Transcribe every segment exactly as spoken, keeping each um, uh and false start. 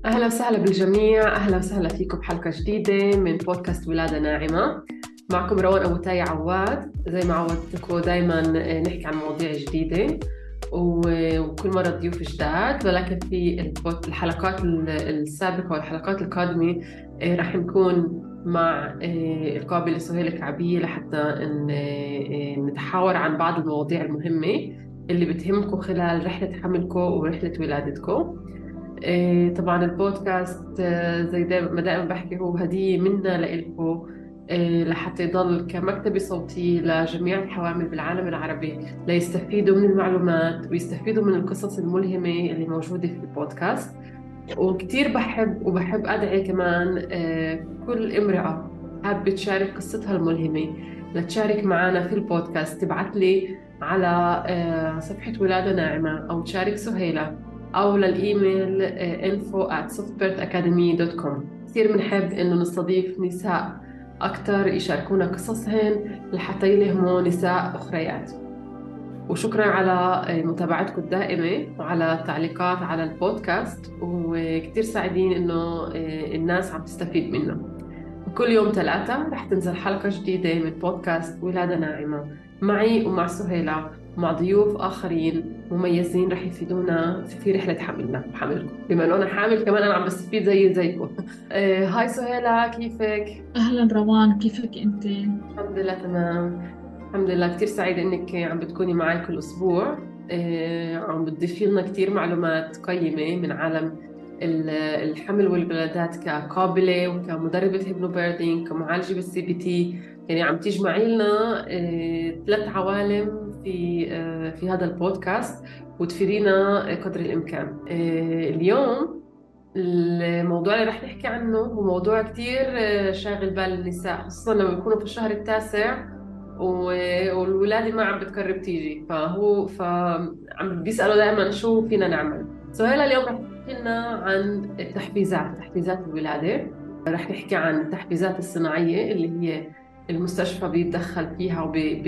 أهلا وسهلا بالجميع، أهلا وسهلا فيكم بحلقة جديدة من بودكاست ولادة ناعمة. معكم روان أبو تاي عواد. زي ما عودتكم دايما نحكي عن مواضيع جديدة و- وكل مرة ضيوف جداد، ولكن في البود- الحلقات ال- السابقة والحلقات القادمة آه، رح نكون مع آه، القابلة سهيل كعبية لحتى ن- آه، نتحاور عن بعض المواضيع المهمة اللي بتهمكم خلال رحلة حملكم ورحلة ولادتكم. إيه طبعا البودكاست، آه، زي دايما ما دائما بحكي هو هدية منا لإلكم، إيه لحتى يضل كمكتبة صوتية لجميع الحوامل بالعالم العربي ليستفيدوا من المعلومات ويستفيدوا من القصص الملهمة اللي موجودة في البودكاست. وكتير بحب وبحب أدعي كمان آه، كل امرأة حابة تشارك قصتها الملهمة لتشارك معنا في البودكاست، تبعت لي على آه، صفحة ولادة ناعمة أو تشارك سهيلة أو للإيميل آه، info at softbirthacademy dot com. كثير بنحب إنه نستضيف نساء أكثر يشاركونا قصصهن لحتى يلهموا نساء أخريات. وشكرا على متابعتكم الدائمة وعلى التعليقات على البودكاست، وكتير سعيدين إنه الناس عم تستفيد منه. كل يوم ثلاثة رح تنزل حلقة جديدة من بودكاست ولادة ناعمة، معي ومع سهيلة ومع ضيوف آخرين مميزين رح يفيدونا في رحلة حملنا وحملكم، بما إنه أنا حامل كمان أنا عم بستفيد زي زيكم. آه، هاي سهيلة، كيفك؟ أهلا روان، كيفك أنت؟ الحمد لله تمام. الحمد لله، كتير سعيدة إنك عم بتكوني معي كل أسبوع. آه، عم بتضيفي لنا كتير معلومات قيمة من عالم ال- الحمل والولادات كقابلة وكمدربة هيبنوبيردينج كمعالجة بالسي بي تي. يعني عم تجمعي لنا آه، ثلاث عوالم في آه، في هذا البودكاست وتفيدينا قدر الإمكان. آه، اليوم الموضوع اللي رح نحكي عنه هو موضوع كتير آه، شاغل بال النساء، خصوصا لما بيكونوا في الشهر التاسع و- والولادة ما عم بتقرب تيجي، فهو فعم بيسألوا دائما شو فينا نعمل. سهيلة اليوم رح تحكي لنا عن التحفيزات، تحفيزات الولادة. رح نحكي عن التحفيزات الصناعية اللي هي المستشفى بيتدخل فيها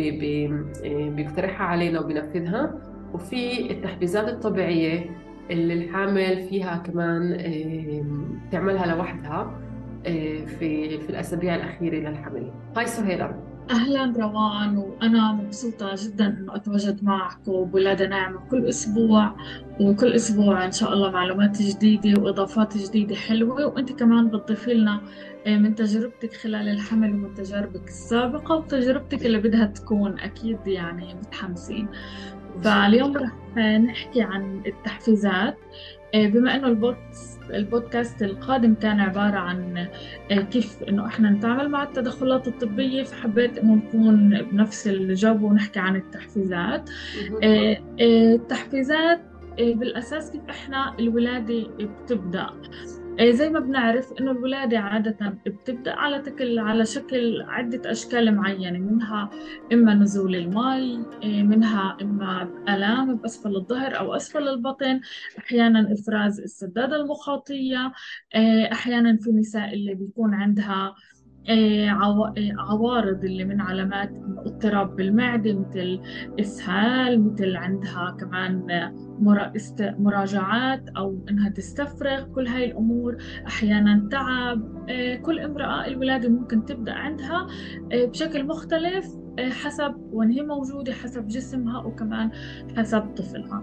وبيقترحها علينا وبينفذها، وفي التحفيزات الطبيعية اللي الحامل فيها كمان آم، تعملها لوحدها آه، في في الأسابيع الأخيرة للحمل. هاي سهيلة. أهلا روان، وأنا مبسوطة جدا إنه أتواجد معكم بولادة ناعمة كل أسبوع. وكل أسبوع إن شاء الله معلومات جديدة وإضافات جديدة حلوة، وأنت كمان بتضيفي لنا آه، من تجربتك خلال الحمل ومن تجاربك السابقة وتجربتك اللي بدها تكون أكيد يعني متحمسين. إن شاء الله. فاليوم رح نحكي عن التحفيزات. آه، بما انه البودكاست البودكاست القادم كان عبارة عن آه، كيف انه احنا نتعامل مع التدخلات الطبية، فحبيت انه نكون بنفس الجو ونحكي عن التحفيزات. مهم. آه، آه، التحفيزات آه، بالأساس كيف إحنا الولادة بتبدأ. إيه، زي ما بنعرف إنه الولادة عادة بتبدأ على تكل على شكل عدة أشكال معينة، منها إما نزول المي، إيه، منها إما آلام بأسفل الظهر أو أسفل البطن، أحيانا إفراز السدادة المخاطية، إيه، أحيانا في نساء اللي بيكون عندها إيه، عوا- إيه، عوارض اللي من علامات إنه اضطراب بالمعدة، مثل إسهال، مثل عندها كمان مرا- است- مراجعات أو إنها تستفرغ. كل هاي الأمور أحيانا تعب. آه، كل امرأة الولادة ممكن تبدأ عندها آه، بشكل مختلف، آه، حسب وين هي موجودة، حسب جسمها، وكمان حسب طفلها.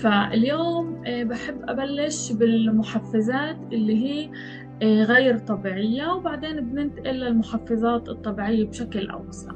فاليوم آه، بحب أبلش بالمحفزات اللي هي آه، غير طبيعية، وبعدين بننتقل للمحفزات الطبيعية بشكل أوسع.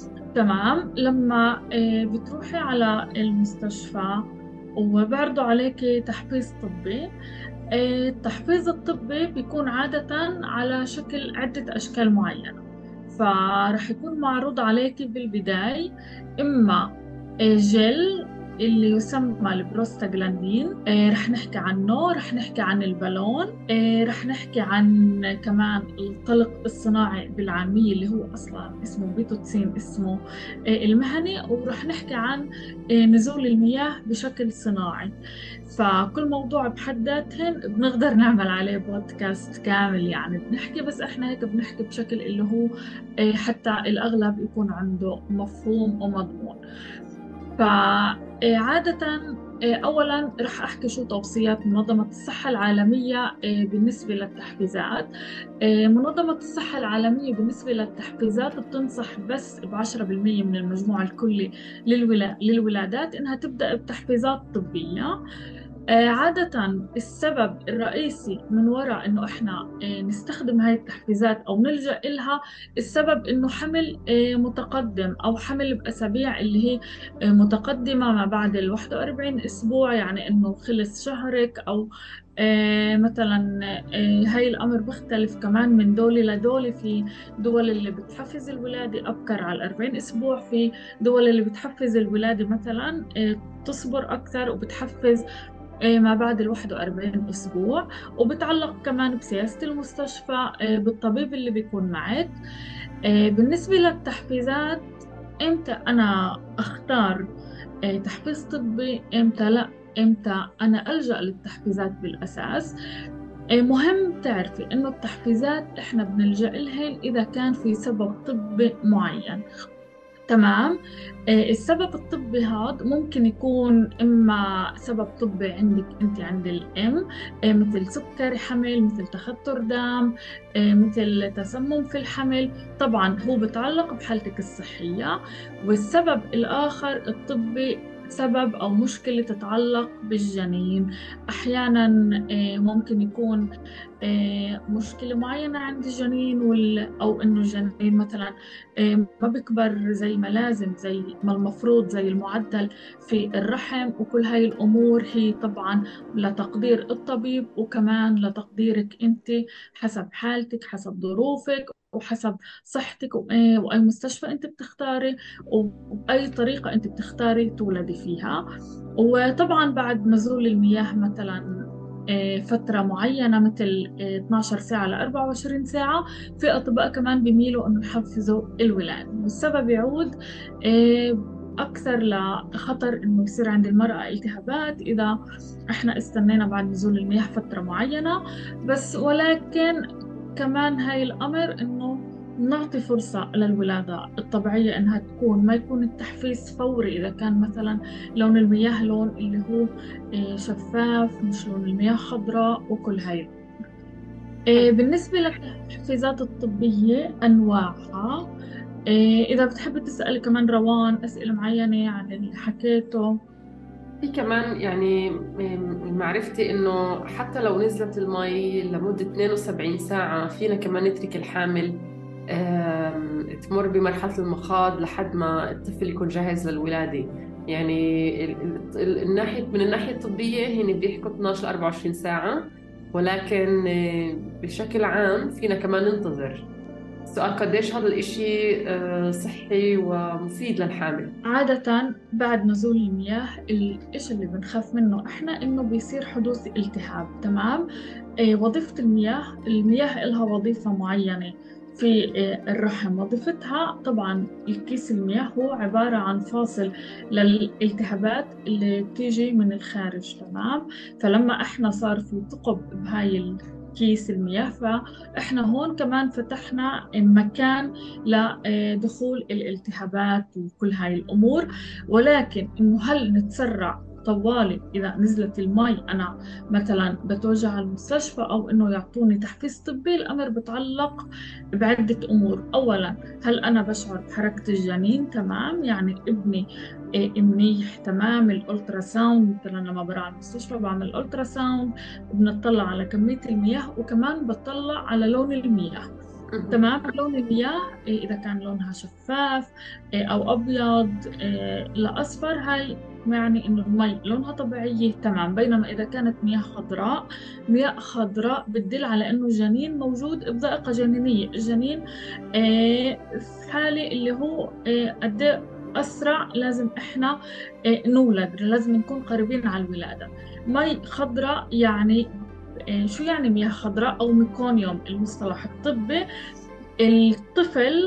تمام. لما آه، بتروحي على المستشفى وبعرضوا عليك تحفيز طبي، آه، التحفيز الطبي بيكون عادة على شكل عدة أشكال معينة. فرح يكون معروض عليك بالبداية إما آه، جل اللي يسمى البروستاجلاندين، آه، رح نحكي عنه، رح نحكي عن البالون، آه، رح نحكي عن كمان الطلق الصناعي بالعامية اللي هو أصلا اسمه بيتوتسين، اسمه آه، المهني، ورح نحكي عن آه، نزول المياه بشكل صناعي. فكل موضوع بحد ذاتهن بنقدر نعمل عليه بودكاست كامل، يعني بنحكي، بس احنا هيك بنحكي بشكل اللي هو إيه، حتى الأغلب يكون عنده مفهوم ومضمون. فعادة أولاً رح أحكي شو توصيات منظمة الصحة العالمية بالنسبة للتحفيزات. منظمة الصحة العالمية بالنسبة للتحفيزات بتنصح بس بعشرة بالمية من المجموع الكلي للولا- للولادات إنها تبدأ بتحفيزات طبية. آه، عادة السبب الرئيسي من وراء إنه إحنا آه، نستخدم هاي التحفيزات أو نلجأ إلها، السبب إنه حمل آه، متقدم أو حمل بأسابيع اللي هي آه، متقدمة ما بعد ال واحد وأربعين أسبوع، يعني إنه خلص شهرك أو آه، مثلا آه، هاي الأمر بيختلف كمان من دولة لدولة. في دول اللي بتحفز الولادة أبكر على الأربعين أسبوع، في دول اللي بتحفز الولادة مثلا آه، تصبر أكثر وبتحفز آه، ما بعد ال واحد وأربعين أسبوع. وبتعلق كمان بسياسة المستشفى، آه، بالطبيب اللي بيكون معك. آه، بالنسبة للتحفيزات، إمتى أنا أختار آه، تحفيز طبي، إمتى لا، إمتى أنا ألجأ للتحفيزات بالأساس. آه، مهم تعرفي إنه التحفيزات إحنا بنلجأ لهن إذا كان في سبب طبي معين. تمام. آه، السبب الطبي هذا ممكن يكون إما سبب طبي عندك أنت عند الأم، آه، مثل سكر حمل، مثل تخثر دم، آه، مثل تسمم في الحمل. طبعا هو بتعلق بحالتك الصحية. والسبب الآخر الطبي سبب أو مشكلة تتعلق بالجنين. أحيانا آه، ممكن يكون آه، مشكلة معينة عند الجنين، وال- أو إنه الجنين مثلا آه، ما بيكبر زي ما لازم، زي ما المفروض، زي المعدل في الرحم. وكل هاي الأمور هي طبعا لتقدير الطبيب وكمان لتقديرك أنت، حسب حالتك، حسب ظروفك، وحسب صحتك، وإيه- وأي مستشفى أنت بتختاري، وبأي طريقة أنت بتختاري تولدي فيها. وطبعا بعد نزول المياه مثلا آه، فترة معينة، مثل آه، اثناشر ساعة ل أربعة وعشرين ساعة، في أطباء كمان بيميلوا إنه يحفزوا الولادة. والسبب يعود آه، أكثر لخطر إنه يصير عند المرأة التهابات إذا إحنا استنينا بعد نزول المياه فترة معينة. بس ولكن كمان هاي الأمر إنه نعطي فرصة للولادة الطبيعية إنها تكون، ما يكون التحفيز فوري. إذا كان مثلا لون المياه لون اللي هو آه، شفاف، مش لون المياه خضراء، وكل هاي. حلو. آه، بالنسبة للتحفيزات الطبية أنواعها، آه، إذا بتحب تسألي كمان روان أسئلة معينة عن اللي حكيته. في كمان يعني من معرفتي إنه حتى لو نزلت المي لمدة اثنين وسبعين ساعة فينا كمان نترك الحامل آم، تمر بمرحلة المخاض لحد ما الطفل يكون جاهز للولادة. يعني ال- ال- ال- الناحية من الناحية الطبية هن بيحكوا اثناشر ل أربعة وعشرين ساعة، ولكن آه، بشكل عام فينا كمان ننتظر. السؤال قديش هذا الإشي آه، صحي ومفيد للحامل؟ عادة بعد نزول المياه الإشي اللي بنخاف منه إحنا إنه بيصير حدوث التهاب. تمام. آه، وظيفة المياه، المياه إلها وظيفة معينة في آه، الرحم. وظيفتها طبعا الكيس المياه هو عبارة عن فاصل للالتهابات اللي بتيجي من الخارج. تمام. فلما إحنا صار في ثقب بهاي كيس المياه، فإحنا هون كمان فتحنا مكان لدخول الالتهابات وكل هاي الأمور. ولكن إنه هل نتسرع طوالي إذا نزلت المي أنا مثلا بتوجه على المستشفى أو إنه يعطوني تحفيز طبي؟ الأمر بتعلق بعدة أمور. أولا، هل أنا بشعر بحركة الجنين؟ تمام، يعني ابني إيه، منيح؟ تمام. الألترا ساوند مثلا، لما بروح على المستشفى بعمل ألترا ساوند، بنطلع على كمية المياه وكمان بطلع على لون المياه. تمام. لون المياه إيه، إذا كان لونها شفاف إيه، أو أبيض إيه، لأصفر، هاي يعني إنه المي لونها طبيعية. تمام. بينما إذا كانت مياه خضراء، مياه خضراء بتدل على إنه الجنين موجود بضائقة جنينية. الجنين إيه، في حالة اللي هو إيه، قد إيه أسرع لازم إحنا إيه، نولد، لازم نكون قريبين على الولادة. مي خضراء يعني إيه، شو يعني مياه خضراء أو ميكونيوم المصطلح الطبي؟ الطفل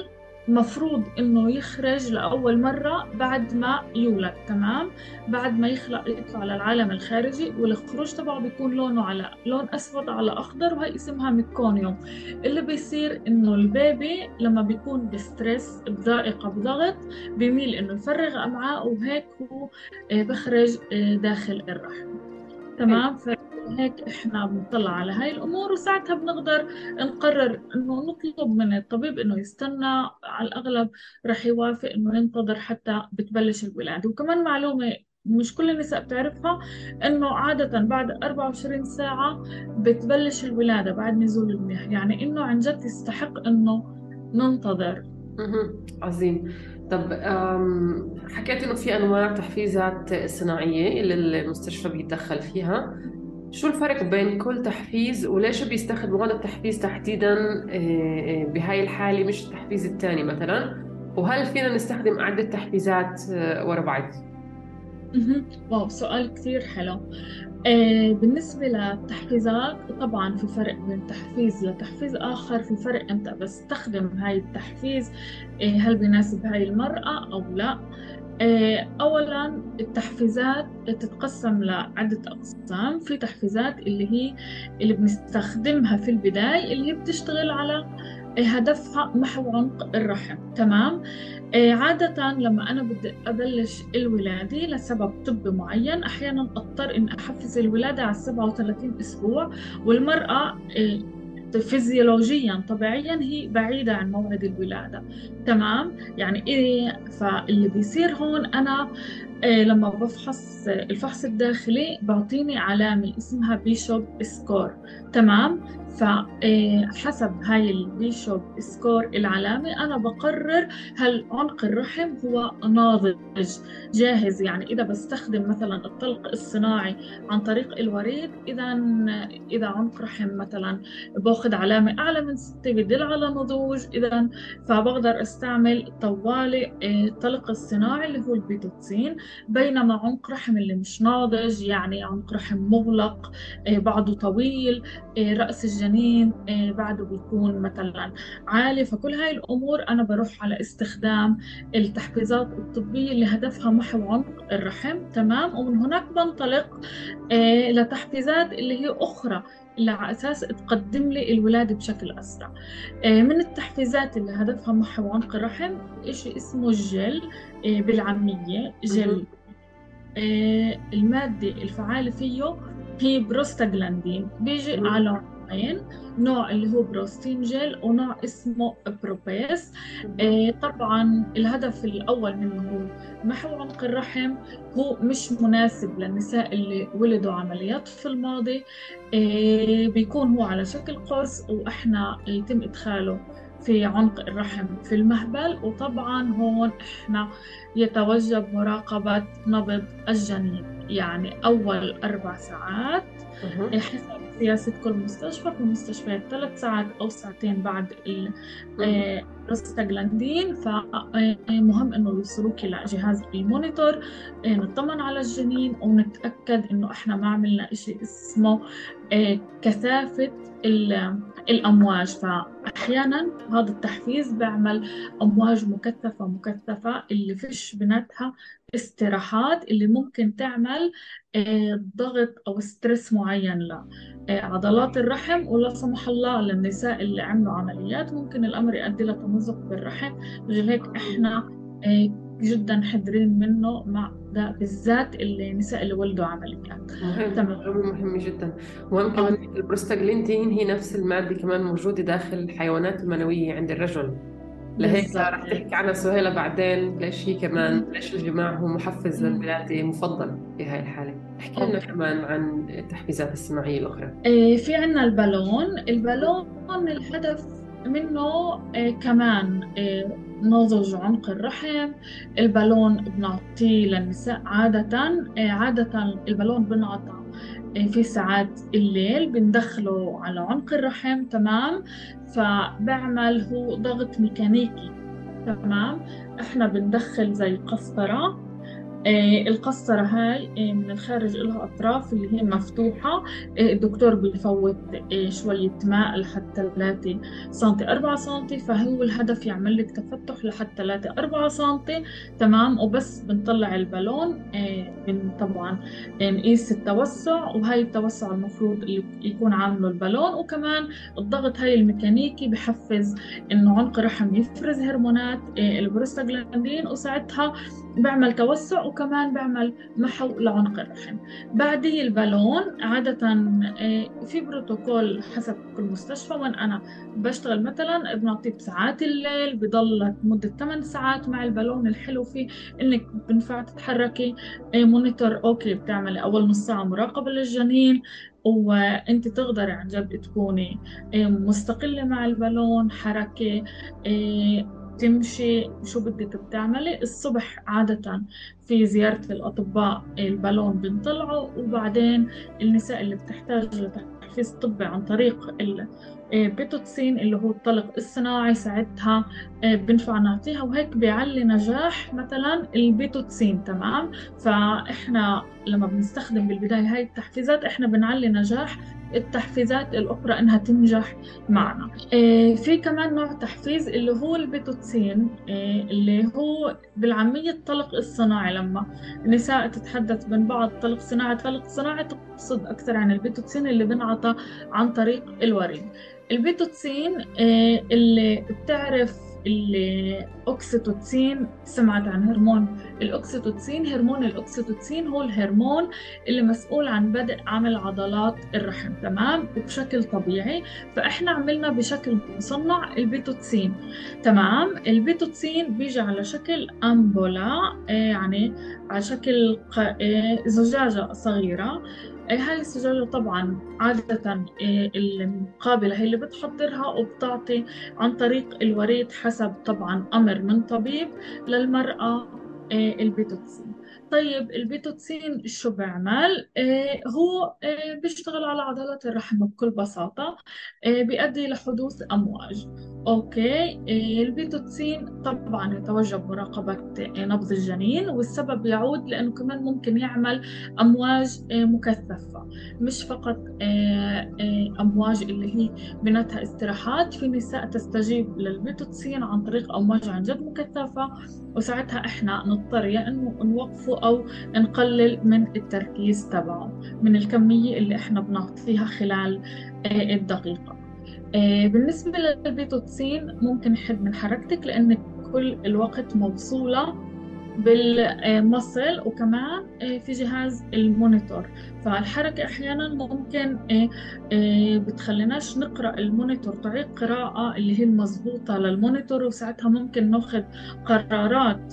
مفروض إنه يخرج لأول مرة بعد ما يولد، تمام؟ بعد ما يخلق يطلع للعالم الخارجي، والخروج تبعه بيكون لونه على لون أسود على أخضر، وهي اسمها ميكونيوم. اللي بيصير إنه البيبي لما بيكون بستريس، بضائقة، بضغط، بيميل إنه يفرغ أمعاء، وهيك هو آه، بخرج آه، داخل الرحم. حلو. تمام. فهيك احنا بنطلع على هاي الامور، وساعتها بنقدر نقرر انه نطلب من الطبيب انه يستنى. على الاغلب رح يوافق انه ينتظر حتى بتبلش الولاده. وكمان معلومه مش كل النساء بتعرفها، انه عاده بعد أربعة وعشرين ساعه بتبلش الولاده بعد نزول المياه، يعني انه عن جد يستحق انه ننتظر. مهم. عظيم. طب أم، حكيت إنه في أنواع تحفيزات صناعية اللي المستشفى بيتدخل فيها. شو الفرق بين كل تحفيز، وليش بيستخدموا هذا التحفيز تحديدا آه، آه، بهاي الحالة مش التحفيز الثاني مثلا؟ وهل فينا نستخدم عدة تحفيزات آه، ورا بعض؟ مهم. واو، سؤال كثير حلو. آه، بالنسبة للتحفيزات، طبعا في فرق بين تحفيز لتحفيز آخر. في فرق أنت بستخدم هاي التحفيز آه، هل بيناسب هاي المرأة أو لا. آه، أولا التحفيزات تتقسم لعدة أقسام. في تحفيزات اللي هي اللي بنستخدمها في البداية، اللي هي بتشتغل على آه، هدفها محو عنق الرحم، تمام. آه، عادة لما أنا بدي أبلش الولادة لسبب طبي معين، أحيانا أضطر إن أحفز الولادة على السبعة وثلاثين أسبوع، والمرأة آه، فيزيولوجيا طبيعيا هي بعيدة عن موعد الولادة، تمام. يعني إيه؟ فاللي بيصير هون أنا آه، لما بفحص آه، الفحص الداخلي بعطيني علامة اسمها بيشوب سكور، تمام. فحسب هاي البيشوب سكور العلامة أنا بقرر هل عنق الرحم هو ناضج جاهز. يعني إذا بستخدم مثلا الطلق الصناعي عن طريق الوريد، إذا إذا عنق رحم مثلا باخذ علامة أعلى من ستة بدل على نضوج، إذا فبقدر استعمل طوالي آه، الطلق الصناعي اللي هو البيتوتسين. بينما عنق رحم اللي مش ناضج، يعني عنق رحم مغلق آه، بعده طويل، آه، رأس الجنين آه، بعده بيكون مثلا عالي، فكل هاي الأمور أنا بروح على استخدام التحفيزات الطبية اللي هدفها محو عنق الرحم، تمام. ومن هناك بنطلق آه، لتحفيزات اللي هي أخرى، اللي على أساس تقدم لي الولادة بشكل أسرع. آه، من التحفيزات اللي هدفها محو عنق الرحم إشي اسمه الجل، آه، بالعامية مهم. جل. آه، المادة الفعالة فيه هي بروستاجلاندين، بيجي مهم. على نوعين، نوع اللي هو بروستين جل، ونوع اسمه بروبيس. مهم. آه، طبعا الهدف الأول منه هو محو عنق الرحم. هو مش مناسب للنساء اللي ولدوا عمليات في الماضي. آه، بيكون هو على شكل قرص، وإحنا يتم إدخاله في عنق الرحم في المهبل. وطبعا هون إحنا يتوجب مراقبة نبض الجنين، يعني أول أربع ساعات مهم. حسب سياسة كل مستشفى. في مستشفيات ثلاث ساعات أو ساعتين بعد مهم. البروستاجلاندين. فمهم إنه يوصلوك لجهاز المونيتور، آه، نطمن على الجنين ونتأكد إنه إحنا ما عملنا إشي اسمه آه، كثافة ال- الأمواج. فأحيانا هذا التحفيز بيعمل أمواج مكثفة مكثفة اللي فيش بيناتها استراحات، اللي ممكن تعمل آه، ضغط أو ستريس معين لعضلات الرحم. ولا سمح الله للنساء اللي عملوا عمليات ممكن الأمر يؤدي لتمزق بالرحم. لذلك هيك إحنا آه، جدا حذرين منه مع ده، بالذات النساء اللي ولدوا عمليات. مهم، تمام. معلومة مهمة جدا. مهم كمان آه، البروستاجلاندين هي نفس المادة كمان موجودة داخل الحيوانات المنوية عند الرجل. لهيك بالضبط. رح تحكي عنها سهيلة بعدين، ليش هي كمان، مم. ليش الجماع هو محفز مم. للولادة مفضل بهاي الحالة. احكي لنا أوكي. كمان عن التحفيزات الصناعية الأخرى. آه، في عنا البالون. البالون الهدف منه آه، كمان آه، نضج عنق الرحم. البالون بنعطيه للنساء عادة. آه، عادة البالون بنعطى آه، في ساعات الليل، بندخله على عنق الرحم، تمام. فبعمل هو ضغط ميكانيكي، تمام. احنا بندخل زي قسطرة آه، القسطرة هاي آه، من الخارج لها أطراف اللي هي مفتوحة. آه، الدكتور بيفوت آه، شوية ماء لحد ثلاثة سنتي أربعة سنتي، فهو الهدف يعمل لك تفتح لحد ثلاثة أربعة سنتي. تمام. وبس بنطلع البالون، آه، بن طبعا آه، نقيس التوسع، وهي التوسع المفروض اللي يكون عامله البالون. وكمان الضغط هاي الميكانيكي بحفز إنه عنق الرحم يفرز هرمونات آه، البروستاجلاندين، وساعتها بعمل توسع وكمان بعمل محو لعنق الرحم. بعديه البالون عادة آه، في بروتوكول حسب كل مستشفى. وين أنا بشتغل مثلا بنعطيه بساعات الليل، بضلك مدة ثمان ساعات مع البالون. الحلو فيه إنك بنفع تتحركي آه، مونيتور أوكي، بتعملي أول نص ساعة مراقبة للجنين، وانت تقدري عن جد تكوني آه، مستقلة مع البالون، حركة آه، تمشي شو بدك بتعملي. الصبح عادة في زيارة الأطباء البالون بنطلعه، وبعدين النساء اللي بتحتاج لتحفيز طبي عن طريق البيتوتسين اللي هو الطلق الصناعي، ساعتها آه، بنفع نعطيها، وهيك بيعلي نجاح مثلا البيتوتسين. تمام. فإحنا لما بنستخدم بالبداية هاي التحفيزات إحنا بنعلي نجاح التحفيزات الأخرى إنها تنجح معنا. آه، في كمان نوع تحفيز اللي هو البيتوتسين، آه، اللي هو بالعامية الطلق الصناعي. لما النساء تتحدث بين بعض طلق صناعي طلق صناعي، تقصد أكثر عن البيتوتسين اللي بنعطى عن طريق الوريد. البيتوتسين آه، اللي بتعرف الأوكسيتوتسين، سمعت عن هرمون الأوكسيتوتسين؟ هرمون الأوكسيتوتسين هو الهرمون اللي مسؤول عن بدء عمل عضلات الرحم. تمام. وبشكل طبيعي، فإحنا عملنا بشكل مصنع البيتوتسين. تمام. البيتوتسين بيجي على شكل أمبولا، آه، يعني على شكل ق- آه، زجاجة صغيرة. آه، هاي الزجاجة طبعا عادة آه، المقابلة هي اللي بتحضرها وبتعطي عن طريق الوريد حسب طبعا أمر من طبيب للمرأة آه، البيتوتسين. طيب البيتوتسين شو بيعمل؟ آه هو آه بيشتغل على عضلات الرحم بكل بساطة، آه بيؤدي لحدوث أمواج. أوكي. آه البيتوتسين طبعا يتوجب مراقبة آه نبض الجنين، والسبب يعود لأنه كمان ممكن يعمل أمواج آه مكثفة، مش فقط آه آه أمواج اللي هي بيناتها استراحات. في نساء تستجيب للبيتوتسين عن طريق أمواج عن جد مكثفة، وساعتها احنا نضطر يا انه نوقفه او نقلل من التركيز تبعه، من الكمية اللي احنا بنعطيها خلال آه، الدقيقة. آه، بالنسبة للبيتوتسين ممكن يحد من حركتك لأنك كل الوقت موصولة بالمصل، وكمان آه، في جهاز المونيتور. فالحركة أحيانا ممكن آه، آه، بتخليناش نقرأ المونيتور تعيد قراءة اللي هي المضبوطة للمونيتور، وساعتها ممكن ناخذ قرارات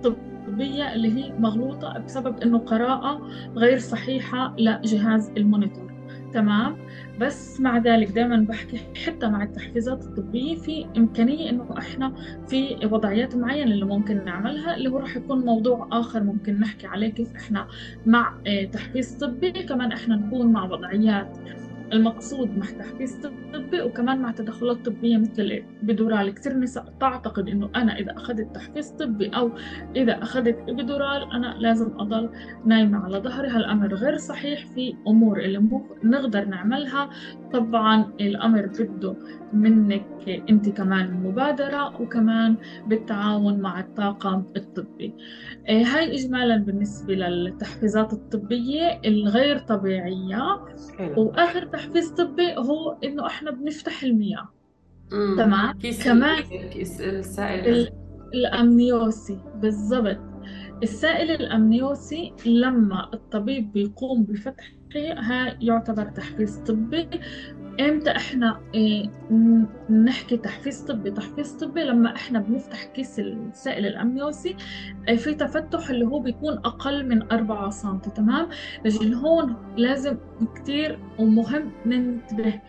طبية اللي هي مغلوطة بسبب إنه قراءة غير صحيحة لجهاز المونيتور. تمام. بس مع ذلك دائما بحكي حتى مع التحفيزات الطبية في إمكانية إنه إحنا في وضعيات معينة اللي ممكن نعملها، اللي هو راح يكون موضوع آخر ممكن نحكي عليه، كيف إحنا مع آه، تحفيز طبي كمان إحنا نكون مع وضعيات. المقصود مع تحفيز طبي وكمان مع تدخلات طبية مثل الإبيدورال. كثير نساء تعتقد إنه أنا إذا أخذت تحفيز طبي أو إذا أخذت إبيدورال أنا لازم أضل نايمة على ظهري. هالأمر غير صحيح. في أمور اللي ممكن نقدر نعملها. طبعا الأمر بده منك أنت كمان مبادرة، وكمان بالتعاون مع الطاقم الطبي. آه، هاي إجمالا بالنسبة للتحفيزات الطبية الغير طبيعية. حلو. وآخر تحفيز طبي هو إنه إحنا بنفتح المياه. امم تمام. كيس كمان ال- كيس السائل ال- الأمني. الأمنيوسي بالضبط. السائل الأمنيوسي لما الطبيب بيقوم بفتحه ها يعتبر تحفيز طبي. امتى احنا إيه ن- نحكي تحفيز طبي؟ تحفيز طبي لما احنا بنفتح كيس السائل الأمنيوسي إيه في تفتح اللي هو بيكون أقل من أربعة سنتي. تمام. لجل هون لازم كتير ومهم ننتبه.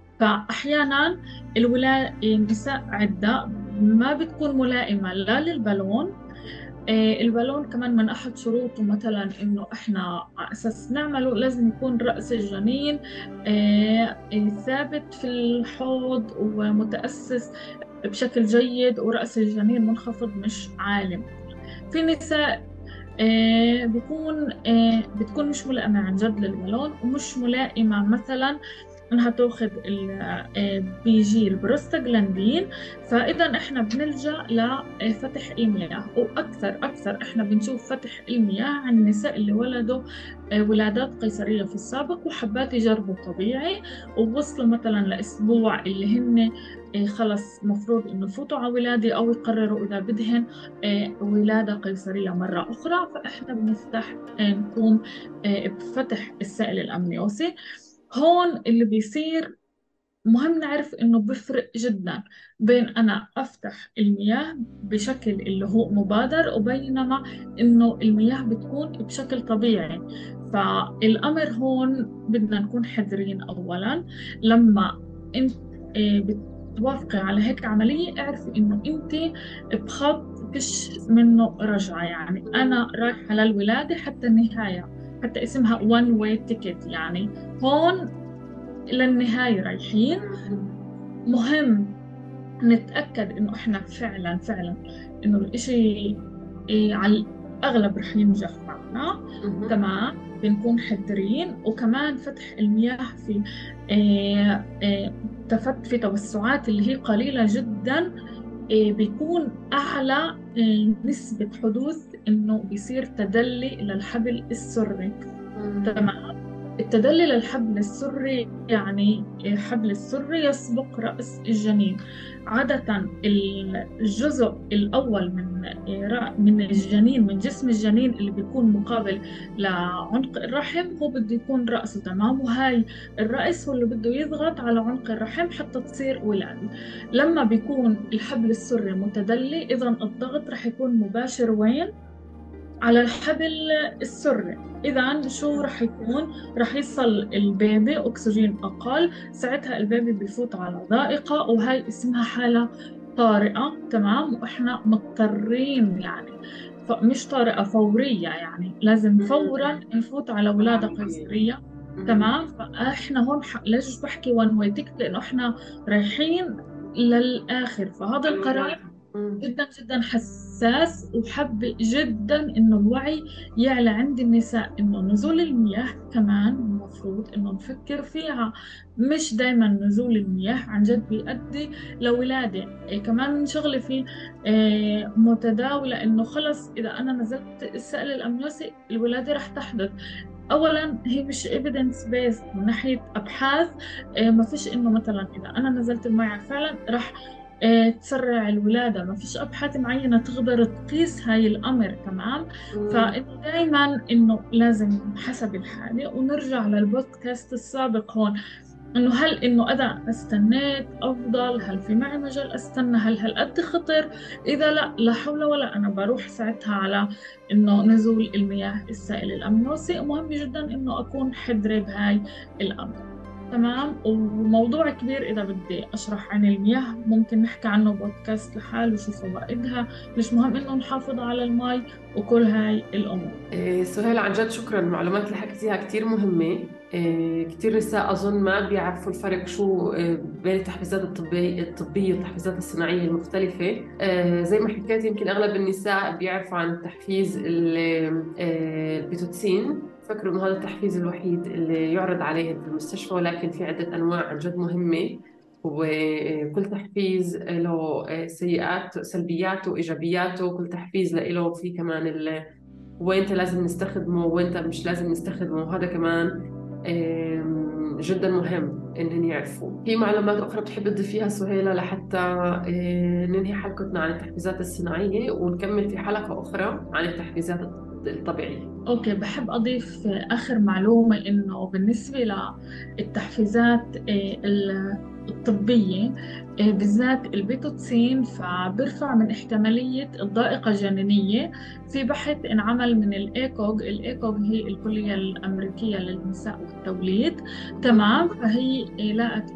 فأحيانا الولاء النساء عدة ما بتكون ملائمة لا للبالون. آه، البالون كمان من أحد شروطه مثلا إنه إحنا على أساس نعمله لازم يكون رأس الجنين آه، آه، ثابت في الحوض ومتأسس بشكل جيد، ورأس الجنين منخفض مش عالي. في نساء آه، بكون آه، بتكون مش ملائمة عن جد للبالون، ومش ملائمة مثلا انها تاخذ البي جي البروستاجلاندين. فاذا احنا بنلجا لفتح المياه، واكثر اكثر احنا بنشوف فتح المياه عند النساء اللي ولدوا آه، ولادات قيصريه في السابق وحبات يجربوا طبيعي، ووصلوا مثلا لاسبوع اللي هن آه، خلص مفروض انه يفوتوا على ولادة، او يقرروا اذا بدهن آه، ولادة قيصرية مرة اخرى. فاحنا بنفتح آه، نقوم آه، بفتح السائل الامنيوسي. هون اللي بيصير مهم نعرف إنه بفرق جدا بين أنا أفتح المياه بشكل اللي هو مبادر، وبينما إنه المياه بتكون بشكل طبيعي. فالأمر هون بدنا نكون حذرين. أولا لما أنت آه، بتوافقي على هيك عملية، اعرفي إنه أنت بخط فيش منه رجعة. يعني أنا رايحة للولادة حتى النهاية، حتى اسمها one way ticket. يعني هون للنهاية رايحين. مهم نتأكد إنه إحنا فعلا فعلا إنه الإشي إيه على الأغلب رح ينجح معنا. تمام، بنكون حذرين. وكمان فتح المياه في إيه إيه تفت في توسعات اللي هي قليلة جدا، إيه بيكون أعلى إيه نسبة حدوث إنه بيصير تدلي للحبل السري. تمام، التدلل الحبل السري يعني الحبل السري يسبق رأس الجنين. عادة الجزء الأول من من الجنين، من جسم الجنين اللي بيكون مقابل لعنق الرحم، هو بده يكون رأسه. تمام، وهاي الرأس هو اللي بده يضغط على عنق الرحم حتى تصير ولادة. لما بيكون الحبل السري متدلي، إذا الضغط رح يكون مباشر وين؟ على الحبل السري. إذا شو رح يكون؟ رح يصل البيبي أكسجين أقل، ساعتها البيبي بيفوت على ضائقة، وهي اسمها حالة طارئة. تمام، وإحنا مضطرين يعني مش طارئة، فورية، يعني لازم فورا نفوت على ولادة قيصرية. تمام، فإحنا هون ليش بحكي وان واي تيكت؟ لأنه إحنا رايحين للآخر. فهذا القرار جدا جدا حساس، وحب جدا انه الوعي يعلى عند النساء انه نزول المياه كمان المفروض انه نفكر فيها. مش دايما نزول المياه عن جد بيؤدي لولادة. إيه كمان شغلة فيه إيه متداولة انه خلص اذا انا نزلت السائل الامنيوسي الولادة رح تحدث. اولا هي مش evidence based من ناحيه ابحاث. إيه ما فيش انه مثلا اذا انا نزلت المياه فعلا رح إيه تسرع الولاده. ما فيش ابحاث معينه تقدر تقيس هاي الامر. تمام، فانه دائما انه لازم حسب الحاله. ونرجع للبودكاست السابق هون، انه هل انه اذا استنيت افضل؟ هل في معي مجال استنى؟ هل هالقد خطر؟ اذا لا، لا حول ولا، انا بروح ساعتها على انه نزول المياه السائل الامنوسي. مهم جدا انه اكون حذرة بهاي الامر. تمام، وموضوع كبير إذا بدي أشرح عن المياه ممكن نحكي عنه بودكاست لحال وشو فوائدها، مش مهم إنه نحافظ على المي وكل هاي الأمور. إيه سهيل، عن جد شكرا، المعلومات اللي حكيتيها كتير مهمة. إيه كتير نساء أظن ما بيعرفوا الفرق شو إيه بين التحفيزات الطبية الطبية والتحفيزات الصناعية المختلفة. إيه زي ما حكيت يمكن أغلب النساء بيعرفوا عن التحفيز البيتوتسين، فكروا إنه هذا التحفيز الوحيد اللي يعرض عليهم في المستشفى، ولكن في عدة أنواع عن جد مهمة، وكل تحفيز له سيئات سلبياته وإيجابياته. وكل تحفيز له في كمان ال وين لازم نستخدمه وين مش لازم نستخدمه، وهذا كمان جدا مهم إنهم يعرفوا. في معلومات أخرى بتحب تضيفيها سهيلة لحتى ننهي حلقتنا عن التحفيزات الصناعية ونكمل في حلقة أخرى عن التحفيزات الطبيعية؟ أوكي، بحب أضيف آخر معلومة إنه بالنسبة للتحفيزات الطبية بالذات البيتوتسين، فبرفع من احتمالية الضائقة الجنينية. في بحث انعمل من الإيكوغ. الإيكوغ هي الكلية الأمريكية للنساء والتوليد. تمام، فهي لقت إنه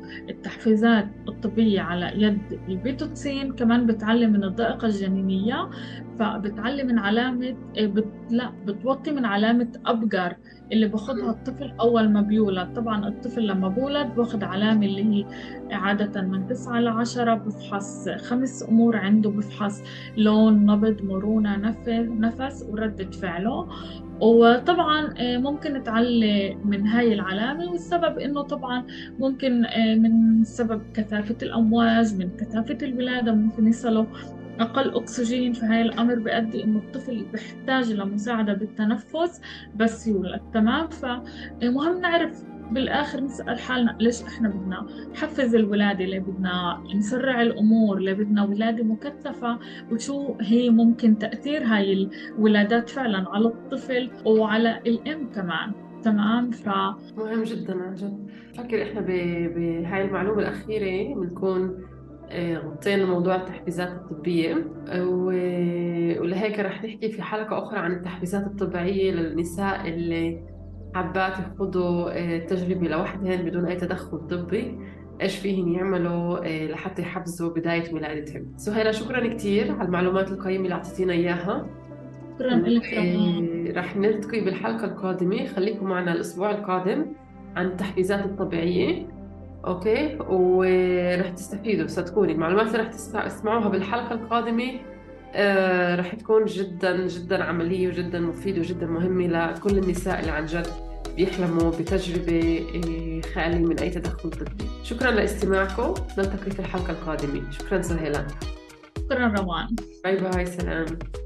التحفيزات الطبية على يد البيتوتسين كمان بتعلي من الضائقة الجنينية، فبتعلي من علامة إيه، بت... لا بتوطي من علامة أبجر اللي باخدها الطفل أول ما بيولد. طبعا الطفل لما بولد باخد علامة اللي هي عادة من تسعة لعشرة، بفحص خمس أمور عنده، بفحص لون، نبض، مرونة، نفس نفس وردة فعله. وطبعا آه، ممكن تعلي من هاي العلامة، والسبب إنه طبعا ممكن آه، من سبب كثافة الأمواج، من كثافة الولادة ممكن يصلوا أقل أكسجين، فهاي الأمر بيؤدي إنه الطفل بيحتاج لمساعدة بالتنفس بس يولد. تمام. فمهم نعرف بالآخر نسأل حالنا ليش إحنا بدنا نحفز الولادة، ليه بدنا نسرع الأمور، ليه بدنا ولادة مكثفة، وشو هي ممكن تأثير هاي الولادات فعلا على الطفل وعلى الأم كمان. تمام. ف مهم جدا عن جد. فكر إحنا ب- بهاي المعلومة الأخيرة بنكون آه، غطينا موضوع التحفيزات الطبية، و- ولهيك رح نحكي في حلقة أخرى عن التحفيزات الطبيعية للنساء اللي حابات يخوضوا آه، تجربة لوحدهن بدون أي تدخل طبي، إيش فيهن يعملوا آه، لحتى يحفزوا بداية ولادتهم. سهيلة، شكرا كتير على المعلومات القيمة اللي أعطيتينا إياها. شكرا لك روان. ورح نلتقي بالحلقة القادمة، خليكم معنا الأسبوع القادم عن التحفيزات الطبيعية. أوكي، ورح تستفيدوا، صدقوني المعلومات اللي رح تسمع- تسمعوها بالحلقة القادمة آه رح تكون جدا جدا عملية وجدا مفيدة وجدا مهمة لكل النساء اللي عن جد بيحلموا بتجربة آه، خالية من أي تدخل طبي. شكرا لاستماعكم، نلتقي في الحلقة القادمة. شكرا سهيلة. شكرا روان. باي باي، سلام.